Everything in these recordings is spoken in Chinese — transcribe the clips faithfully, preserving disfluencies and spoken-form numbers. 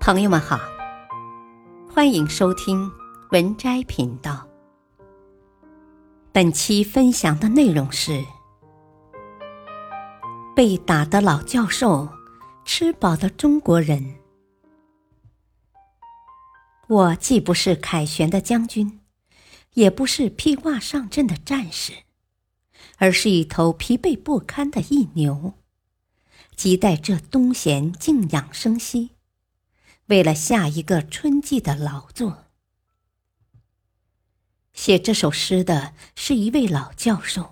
朋友们好，欢迎收听文摘频道。本期分享的内容是被打的老教授，吃饱的中国人。我既不是凯旋的将军，也不是披挂上阵的战士，而是一头疲惫不堪的一牛，亟待这冬闲静养生息，为了下一个春季的劳作。写这首诗的是一位老教授，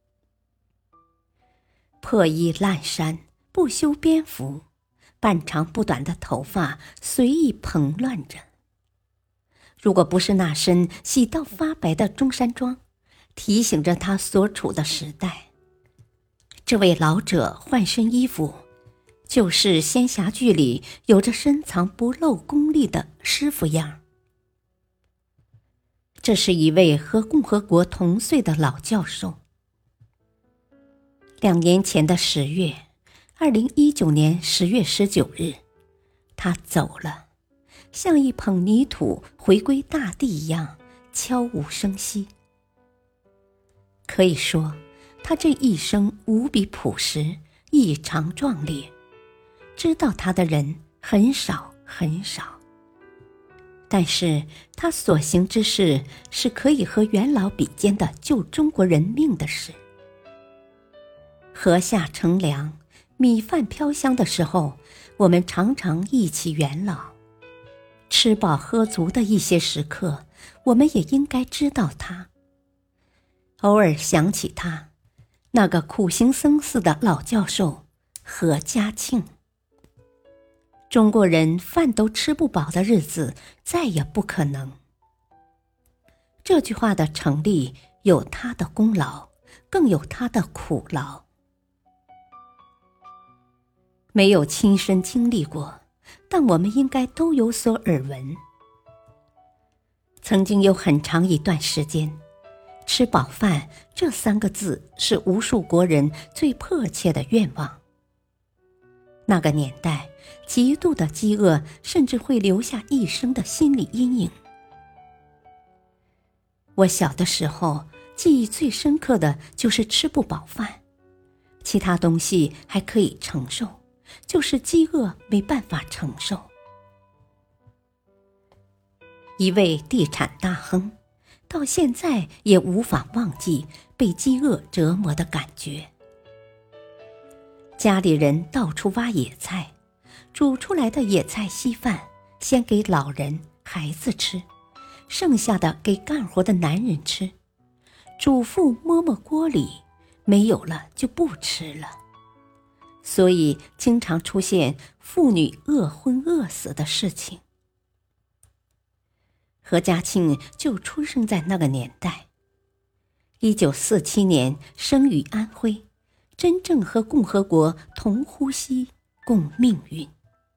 破衣烂衫，不修边幅，半长不短的头发随意蓬乱着。如果不是那身洗到发白的中山装提醒着他所处的时代，这位老者换身衣服就是仙侠剧里有着深藏不露功力的师傅样。这是一位和共和国同岁的老教授。两年前的十月，二零一九年十月十九日，他走了，像一捧泥土回归大地一样，悄无声息。可以说，他这一生无比朴实，异常壮烈。知道他的人很少很少，但是他所行之事是可以和元老比肩的救中国人命的事。禾下乘凉，米饭飘香的时候，我们常常忆起元老；吃饱喝足的一些时刻，我们也应该知道他。偶尔想起他，那个苦行僧似的老教授何家庆。中国人饭都吃不饱的日子再也不可能。这句话的成立有他的功劳，更有他的苦劳。没有亲身经历过，但我们应该都有所耳闻。曾经有很长一段时间，吃饱饭这三个字是无数国人最迫切的愿望。那个年代，极度的饥饿甚至会留下一生的心理阴影。我小的时候，记忆最深刻的就是吃不饱饭，其他东西还可以承受，就是饥饿没办法承受。一位地产大亨，到现在也无法忘记被饥饿折磨的感觉。家里人到处挖野菜，煮出来的野菜稀饭先给老人孩子吃，剩下的给干活的男人吃。主妇摸摸锅里，没有了就不吃了。所以经常出现妇女饿昏饿死的事情。何家庆就出生在那个年代。一九四七年生于安徽，真正和共和国同呼吸共命运。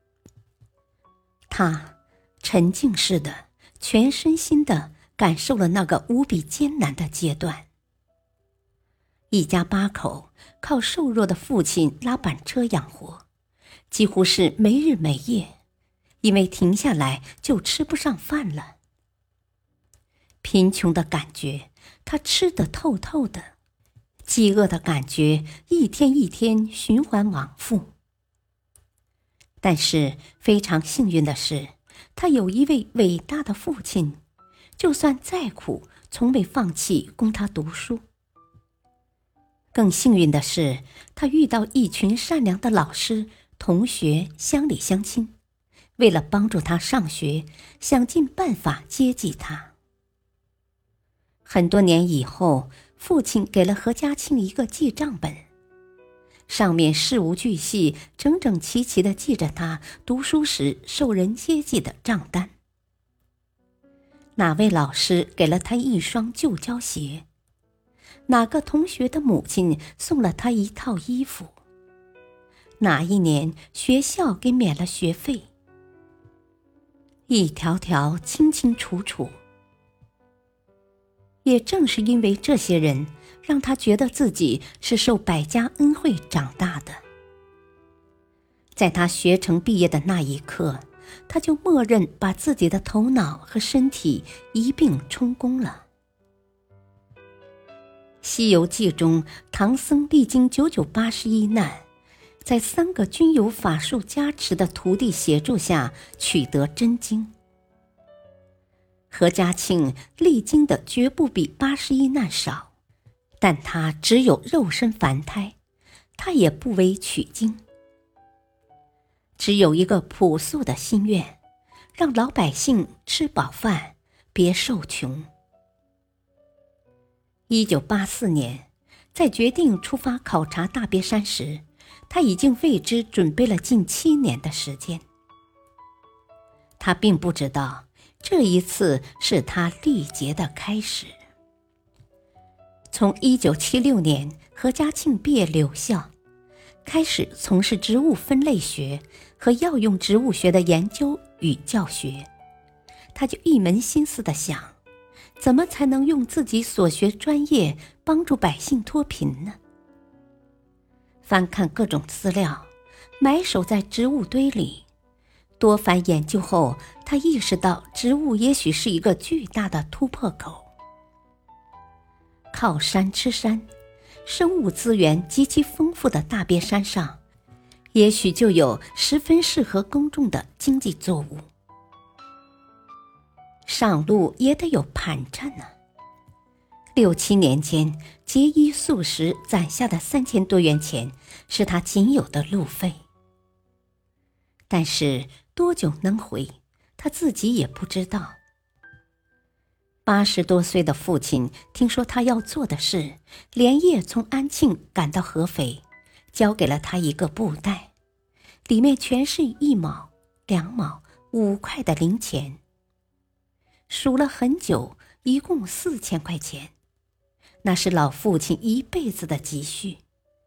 他沉静似的，全身心地感受了那个无比艰难的阶段。一家八口靠瘦弱的父亲拉板车养活，几乎是没日没夜，因为停下来就吃不上饭了。贫穷的感觉他吃得透透的，饥饿的感觉一天一天循环往复。但是非常幸运的是，他有一位伟大的父亲，就算再苦，从未放弃供他读书。更幸运的是，他遇到一群善良的老师、同学，乡里乡亲，为了帮助他上学，想尽办法接济他。很多年以后，父亲给了何家庆一个记账本，上面事无巨细，整整齐齐地记着他读书时受人接济的账单。哪位老师给了他一双旧胶鞋？哪个同学的母亲送了他一套衣服？哪一年学校给免了学费？一条条清清楚楚。也正是因为这些人，让他觉得自己是受百家恩惠长大的。在他学成毕业的那一刻， 他就默认把自己的头脑和身体一并充公了。《西游记》中，唐僧历经九九八十一难，在三个均有法术加持的徒弟协助下取得真经。何家庆历经的绝不比八十一难少，但他只有肉身凡胎，他也不为取经，只有一个朴素的心愿，让老百姓吃饱饭，别受穷。一九八四年，在决定出发考察大别山时，他已经为之准备了近七年的时间。他并不知道，这一次是他历劫的开始。从一九七六年何家庆毕业留校，开始从事植物分类学和药用植物学的研究与教学，他就一门心思地想，怎么才能用自己所学专业帮助百姓脱贫呢？翻看各种资料，埋首在植物堆里，多番研究后，他意识到植物也许是一个巨大的突破口。靠山吃山，生物资源极其丰富的大别山上，也许就有十分适合耕种的经济作物。上路也得有盘缠呢、啊。六七年间，节衣缩食攒下的三千多元钱，是他仅有的路费。但是多久能回，他自己也不知道。八十多岁的父亲听说他要做的事，连夜从安庆赶到合肥，交给了他一个布袋，里面全是一毛、两毛、五块的零钱。数了很久，一共四千块钱，那是老父亲一辈子的积蓄。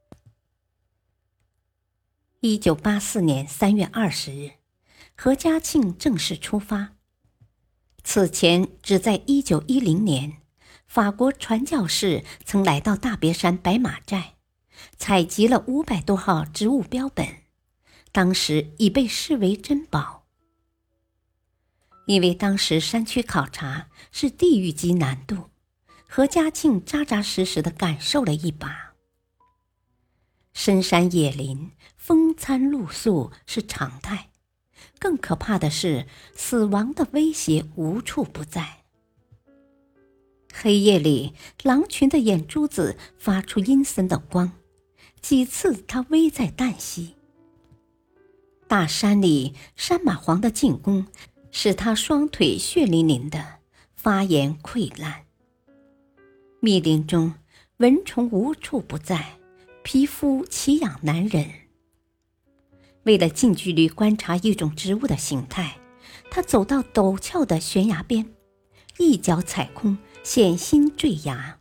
一九八四年三月二十日，何家庆正式出发。此前只在一九一零年，法国传教士曾来到大别山白马寨，采集了五百多号植物标本，当时已被视为珍宝。因为当时山区考察是地狱级难度，何家庆扎扎实实地感受了一把。深山野林，风餐露宿是常态，更可怕的是死亡的威胁无处不在。黑夜里，狼群的眼珠子发出阴森的光，几次他危在旦夕。大山里，山蚂蟥的进攻使他双腿血淋淋的，发炎溃烂。密林中，蚊虫无处不在，皮肤奇痒难忍。为了近距离观察一种植物的形态，他走到陡峭的悬崖边，一脚踩空，险些坠崖。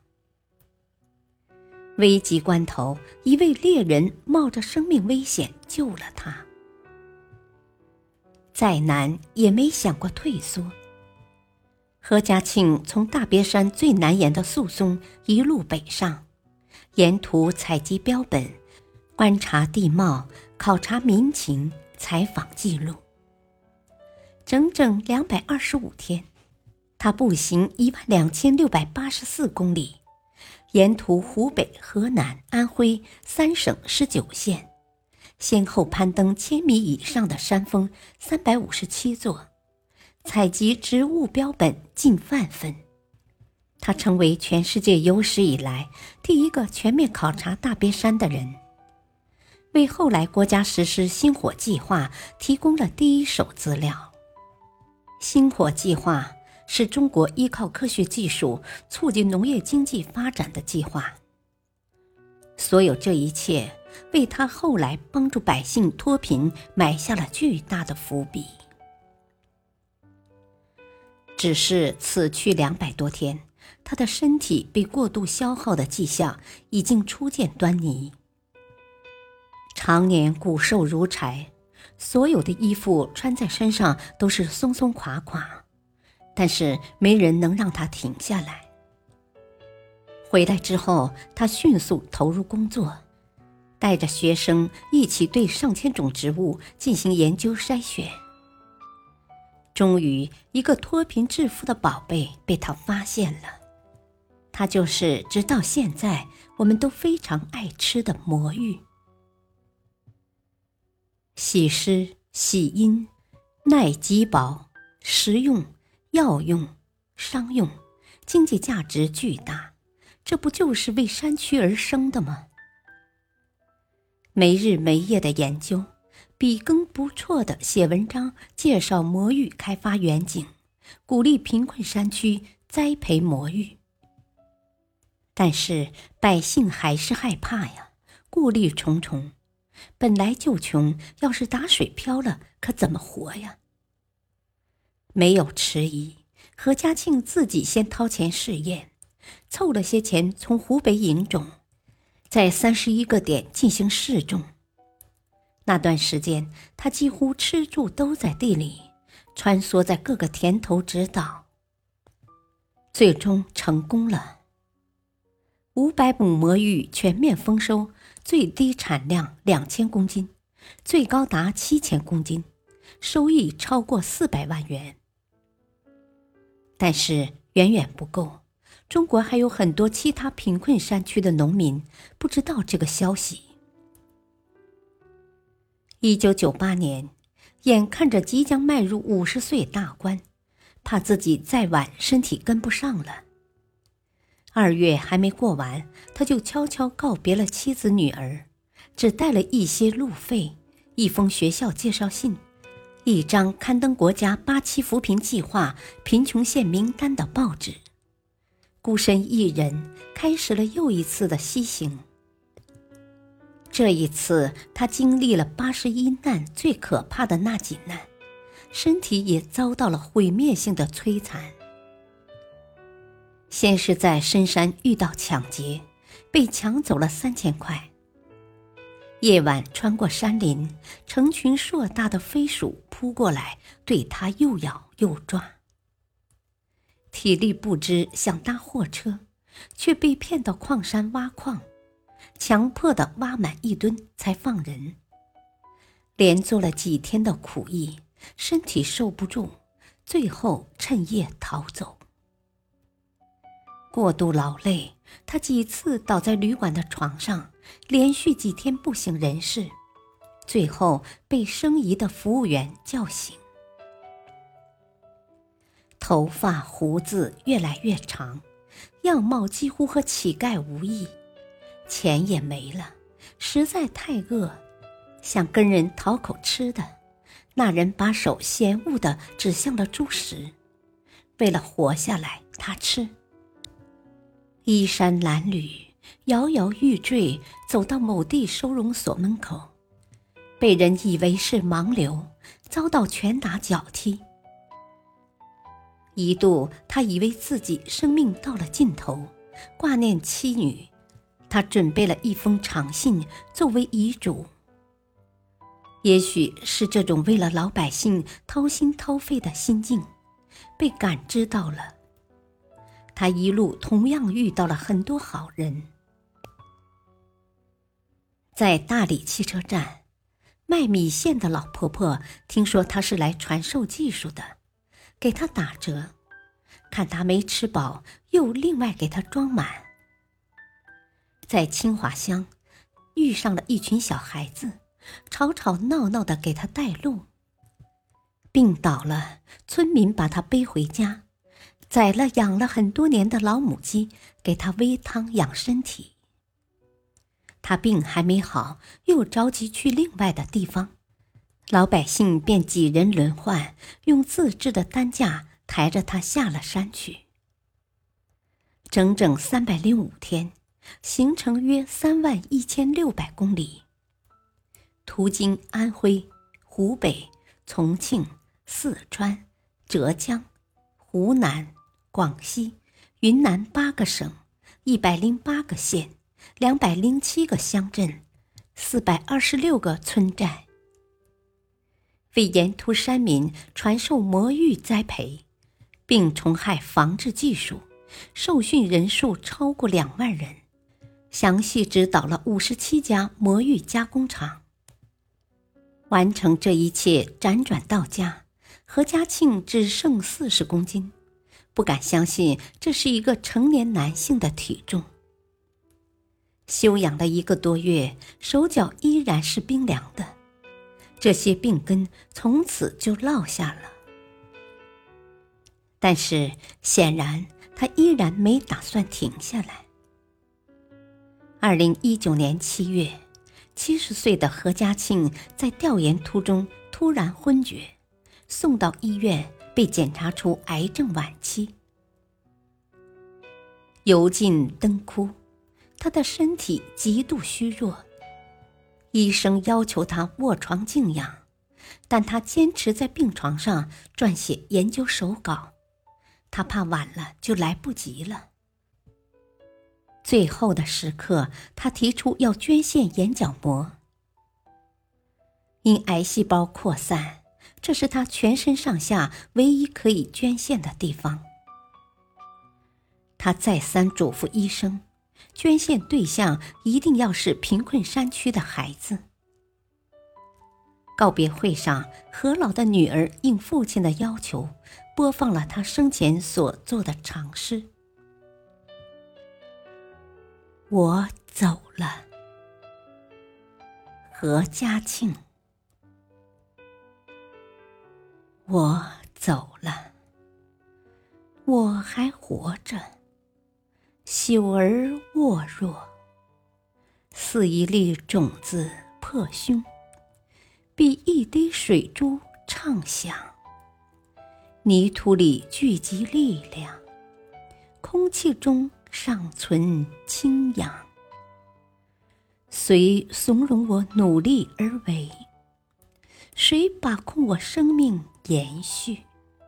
危急关头，一位猎人冒着生命危险救了他。再难也没想过退缩。何家庆从大别山最南沿的宿松一路北上，沿途采集标本，观察地貌，考察民情，采访记录。整整两百二十五天，他步行一万两千六百八十四公里，沿途湖北、河南、安徽三省十九县，先后攀登千米以上的山峰三百五十七座，采集植物标本近万份。他成为全世界有史以来第一个全面考察大别山的人，为后来国家实施星火计划提供了第一手资料。星火计划是中国依靠科学技术促进农业经济发展的计划。所有这一切为他后来帮助百姓脱贫埋下了巨大的伏笔。只是此去两百多天，他的身体被过度消耗的迹象已经初见端倪。常年骨瘦如柴，所有的衣服穿在身上都是松松垮垮，但是没人能让他停下来。回来之后，他迅速投入工作，带着学生一起对上千种植物进行研究筛选。 终于，一个脱贫致富的宝贝被他发现了，它就是直到现在我们都非常爱吃的魔芋。喜湿、喜阴、耐饥饱、食用、药用、商用，经济价值巨大，这不就是为山区而生的吗？没日没夜的研究，笔耕不辍地写文章介绍魔芋开发远景，鼓励贫困山区栽培魔芋。但是百姓还是害怕呀，顾虑重重。本来就穷，要是打水漂了，可怎么活呀？没有迟疑，何家庆自己先掏钱试验，凑了些钱从湖北引种，在三十一个点进行试种。那段时间，他几乎吃住都在地里，穿梭在各个田头指导。最终成功了。五百亩魔芋全面丰收，最低产量两千公斤，最高达七千公斤，收益超过四百万元。但是远远不够，中国还有很多其他贫困山区的农民不知道这个消息。一九九八年，眼看着即将迈入五十岁大关，怕自己再晚身体跟不上了。二月还没过完，他就悄悄告别了妻子女儿，只带了一些路费、一封学校介绍信、一张刊登国家八七扶贫计划贫穷县名单的报纸，孤身一人开始了又一次的西行。这一次，他经历了八十一难最可怕的那几难，身体也遭到了毁灭性的摧残。先是在深山遇到抢劫，被抢走了三千块。夜晚穿过山林，成群硕大的飞鼠扑过来，对他又咬又抓。体力不支想搭货车，却被骗到矿山挖矿，强迫地挖满一吨才放人。连做了几天的苦役，身体受不住，最后趁夜逃走。过度劳累，他几次倒在旅馆的床上，连续几天不省人事，最后被生疑的服务员叫醒。头发胡子越来越长，样貌几乎和乞丐无异，钱也没了，实在太饿，想跟人讨口吃的，那人把手嫌恶地指向了猪食。为了活下来，他吃。衣衫褴褛，摇摇欲坠，走到某地收容所门口，被人以为是盲流，遭到拳打脚踢。一度他以为自己生命到了尽头，挂念妻女，他准备了一封长信作为遗嘱。也许是这种为了老百姓掏心掏肺的心境被感知到了，他一路同样遇到了很多好人。在大理汽车站，卖米线的老婆婆听说他是来传授技术的，给他打折，看他没吃饱，又另外给他装满。在清华乡，遇上了一群小孩子，吵吵闹闹地给他带路。病倒了，村民把他背回家，宰了养了很多年的老母鸡，给他煨汤养身体。他病还没好，又着急去另外的地方，老百姓便几人轮换，用自制的担架抬着他下了山去。整整三百零五天，行程约三万一千六百公里，途经安徽、湖北、重庆、四川、浙江、湖南、广西、云南八个省，一百零八个县，两百零七个乡镇，四百二十六个村寨，为沿途山民传授魔芋栽培、病虫害防治技术，受训人数超过两万人，详细指导了五十七家魔芋加工厂。完成这一切辗转到家， 何家庆只剩四十公斤，不敢相信这是一个成年男性的体重。休养了一个多月，手脚依然是冰凉的，这些病根从此就落下了。但是显然他依然没打算停下来。二零一九年七月，七十岁的何家庆在调研途中突然昏厥，送到医院被检查出癌症晚期。油尽灯枯，他的身体极度虚弱，医生要求他卧床静养，但他坚持在病床上撰写研究手稿，他怕晚了就来不及了。最后的时刻，他提出要捐献眼角膜。因癌细胞扩散，这是他全身上下唯一可以捐献的地方。他再三嘱咐医生，捐献对象一定要是贫困山区的孩子。告别会上，何老的女儿应父亲的要求，播放了他生前所做的长诗。我走了，何家庆。我走了，我还活着，朽而懦弱，似一粒种子破胸，比一滴水珠畅响。泥土里聚集力量，空气中尚存清扬。谁怂恿我努力而为？谁把控我生命延续？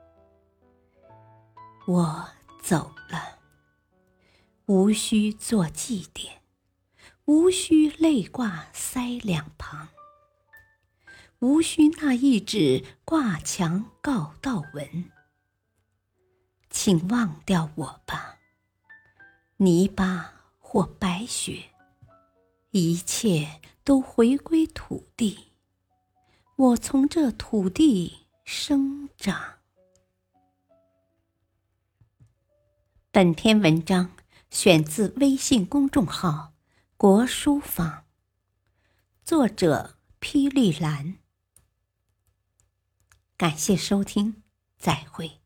我走了，无需做祭奠，无需泪挂腮两旁，无需那一纸挂墙告悼文。请忘掉我吧，泥巴或白雪，一切都回归土地，我从这土地生长。本篇文章选自微信公众号国书坊，作者霹雳兰。感谢收听，再会。